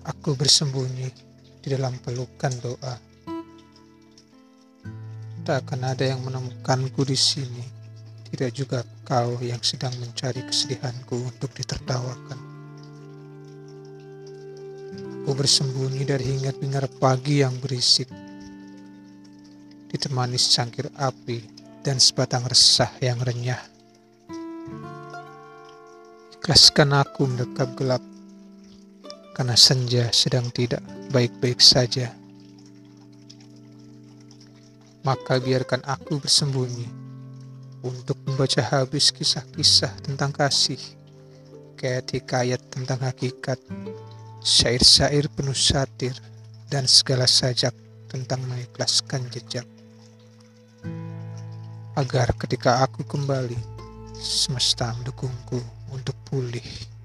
Aku bersembunyi di dalam pelukan doa. Tak akan ada yang menemukanku di sini. Tidak juga kau yang sedang mencari kesedihanku untuk ditertawakan. Aku bersembunyi dari hingar-bingar pagi yang berisik, ditemani secangkir api dan sebatang resah yang renyah. Ikhlaskan aku mendekap gelap, karena senja sedang tidak baik-baik saja. Maka biarkan aku bersembunyi untuk membaca habis kisah-kisah tentang kasih, kayak hikayat tentang hakikat, syair-syair penuh satir, dan segala sajak tentang mengikhlaskan jejak. Agar ketika aku kembali, semesta mendukungku untuk pulih.